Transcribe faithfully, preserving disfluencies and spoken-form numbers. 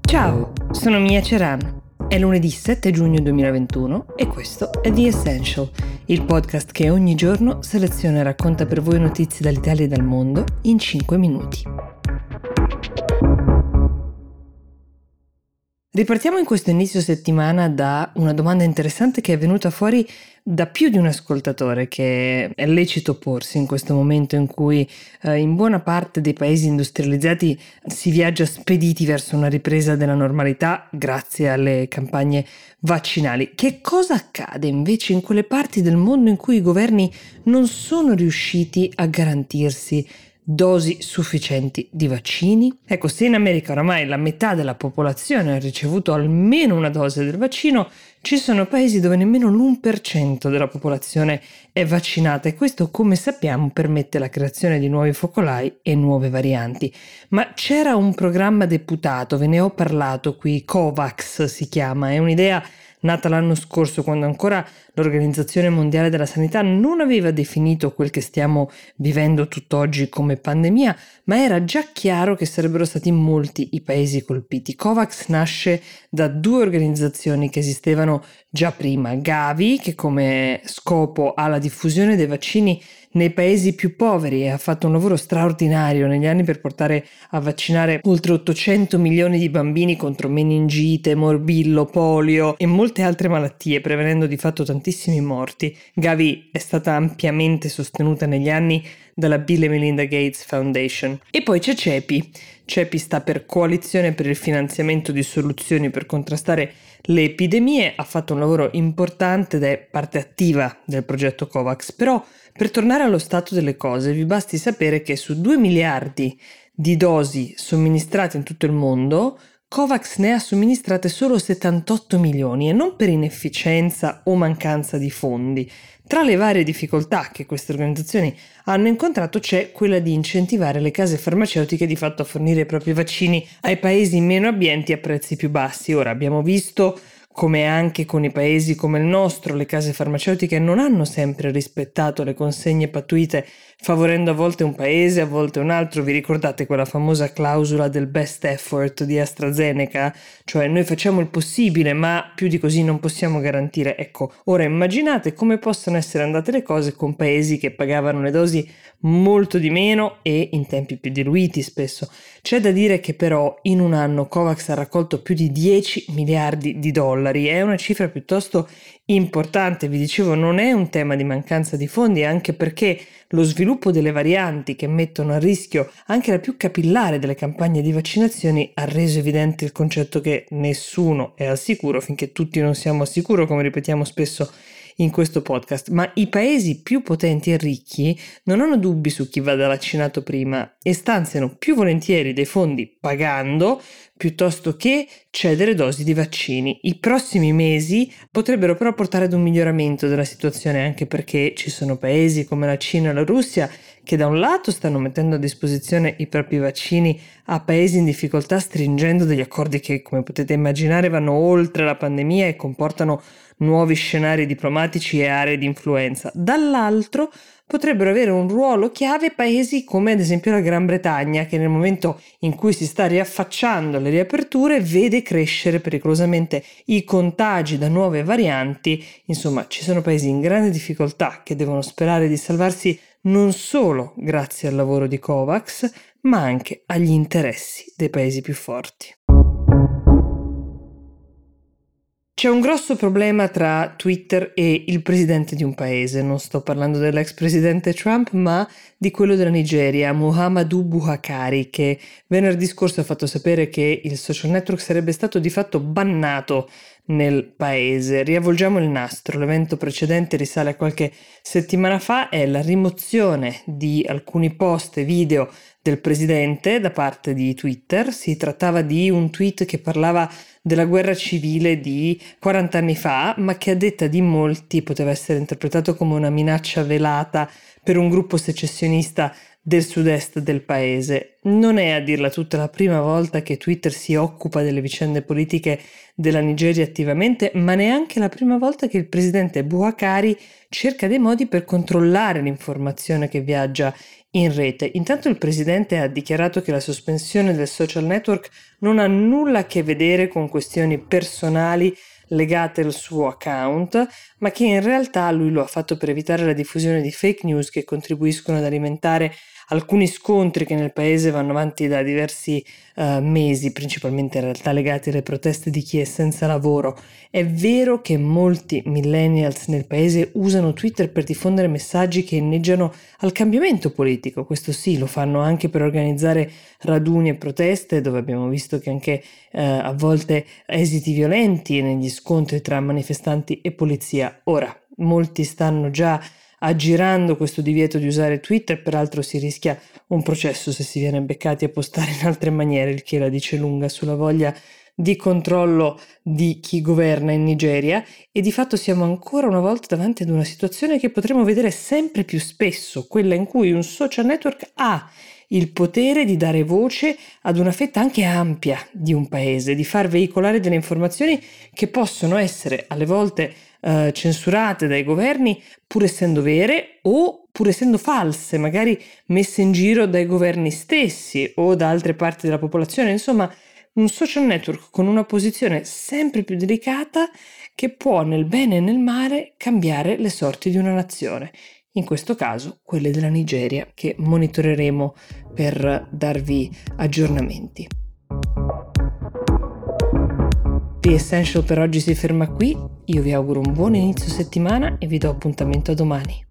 Ciao, sono Mia Ceran. È lunedì sette giugno duemilaventuno e questo è The Essential, il podcast che ogni giorno seleziona e racconta per voi notizie dall'Italia e dal mondo in cinque minuti. Ripartiamo in questo inizio settimana da una domanda interessante che è venuta fuori da più di un ascoltatore, che è lecito porsi in questo momento in cui eh, in buona parte dei paesi industrializzati si viaggia spediti verso una ripresa della normalità grazie alle campagne vaccinali. Che cosa accade invece in quelle parti del mondo in cui i governi non sono riusciti a garantirsi dosi sufficienti di vaccini? Ecco, se in America oramai la metà della popolazione ha ricevuto almeno una dose del vaccino, ci sono paesi dove nemmeno l'uno per cento della popolazione è vaccinata e questo, come sappiamo, permette la creazione di nuovi focolai e nuove varianti. Ma c'era un programma deputato, ve ne ho parlato qui, COVAX si chiama, è un'idea nata l'anno scorso quando ancora l'Organizzazione Mondiale della Sanità non aveva definito quel che stiamo vivendo tutt'oggi come pandemia, ma era già chiaro che sarebbero stati molti i paesi colpiti. COVAX nasce da due organizzazioni che esistevano già prima, Gavi, che come scopo ha la diffusione dei vaccini nei paesi più poveri e ha fatto un lavoro straordinario negli anni per portare a vaccinare oltre ottocento milioni di bambini contro meningite, morbillo, polio e molte altre malattie, prevenendo di fatto tantissimi morti. Gavi è stata ampiamente sostenuta negli anni dalla Bill e Melinda Gates Foundation. E poi c'è CEPI. CEPI sta per Coalizione per il finanziamento di soluzioni per contrastare le epidemie, ha fatto un lavoro importante ed è parte attiva del progetto COVAX, però per tornare allo stato delle cose vi basti sapere che su due miliardi di dosi somministrate in tutto il mondo, COVAX ne ha somministrate solo settantotto milioni e non per inefficienza o mancanza di fondi. Tra le varie difficoltà che queste organizzazioni hanno incontrato c'è quella di incentivare le case farmaceutiche di fatto a fornire i propri vaccini ai paesi meno abbienti a prezzi più bassi. Ora abbiamo visto come anche con i paesi come il nostro le case farmaceutiche non hanno sempre rispettato le consegne pattuite, favorendo a volte un paese, a volte un altro. Vi ricordate quella famosa clausola del best effort di AstraZeneca? Cioè noi facciamo il possibile, ma più di così non possiamo garantire. Ecco, ora immaginate come possono essere andate le cose con paesi che pagavano le dosi molto di meno e in tempi più diluiti spesso. C'è da dire che però in un anno COVAX ha raccolto più di dieci miliardi di dollari, è una cifra piuttosto importante. Vi dicevo, non è un tema di mancanza di fondi, anche perché lo sviluppo delle varianti che mettono a rischio anche la più capillare delle campagne di vaccinazioni ha reso evidente il concetto che nessuno è al sicuro finché tutti non siamo al sicuro, come ripetiamo spesso in questo podcast, ma i paesi più potenti e ricchi non hanno dubbi su chi vada vaccinato prima e stanziano più volentieri dei fondi pagando piuttosto che cedere dosi di vaccini. I prossimi mesi potrebbero però portare ad un miglioramento della situazione, anche perché ci sono paesi come la Cina e la Russia che da un lato stanno mettendo a disposizione i propri vaccini a paesi in difficoltà, stringendo degli accordi che, come potete immaginare, vanno oltre la pandemia e comportano nuovi scenari diplomatici e aree di influenza. Dall'altro potrebbero avere un ruolo chiave paesi come ad esempio la Gran Bretagna, che nel momento in cui si sta riaffacciando alle riaperture vede crescere pericolosamente i contagi da nuove varianti. Insomma, ci sono paesi in grande difficoltà che devono sperare di salvarsi non solo grazie al lavoro di COVAX, ma anche agli interessi dei paesi più forti. C'è un grosso problema tra Twitter e il presidente di un paese. Non sto parlando dell'ex presidente Trump, ma di quello della Nigeria, Muhammadu Buhari, che venerdì scorso ha fatto sapere che il social network sarebbe stato di fatto bannato nel paese. Riavvolgiamo il nastro. L'evento precedente risale a qualche settimana fa, è la rimozione di alcuni post e video del presidente da parte di Twitter. Si trattava di un tweet che parlava della guerra civile di quaranta anni fa, ma che a detta di molti poteva essere interpretato come una minaccia velata per un gruppo secessionista del sud-est del paese. Non è, a dirla tutta, la prima volta che Twitter si occupa delle vicende politiche della Nigeria attivamente, ma neanche la prima volta che il presidente Buhari cerca dei modi per controllare l'informazione che viaggia in rete. Intanto il presidente ha dichiarato che la sospensione del social network non ha nulla a che vedere con questioni personali legate al suo account, ma che in realtà lui lo ha fatto per evitare la diffusione di fake news che contribuiscono ad alimentare alcuni scontri che nel paese vanno avanti da diversi uh, mesi, principalmente in realtà legati alle proteste di chi è senza lavoro. È vero che molti millennials nel paese usano Twitter per diffondere messaggi che inneggiano al cambiamento politico, questo sì, lo fanno anche per organizzare raduni e proteste, dove abbiamo visto che anche uh, a volte esiti violenti negli scontri tra manifestanti e polizia. Ora, molti stanno già aggirando questo divieto di usare Twitter, peraltro si rischia un processo se si viene beccati a postare in altre maniere, il che la dice lunga sulla voglia di controllo di chi governa in Nigeria, e di fatto siamo ancora una volta davanti ad una situazione che potremo vedere sempre più spesso, quella in cui un social network ha il potere di dare voce ad una fetta anche ampia di un paese, di far veicolare delle informazioni che possono essere alle volte Uh, censurate dai governi pur essendo vere o pur essendo false, magari messe in giro dai governi stessi o da altre parti della popolazione. Insomma, un social network con una posizione sempre più delicata che può nel bene e nel male cambiare le sorti di una nazione, in questo caso quelle della Nigeria, che monitoreremo per darvi aggiornamenti. The Essential per oggi si ferma qui, io vi auguro un buon inizio settimana e vi do appuntamento a domani.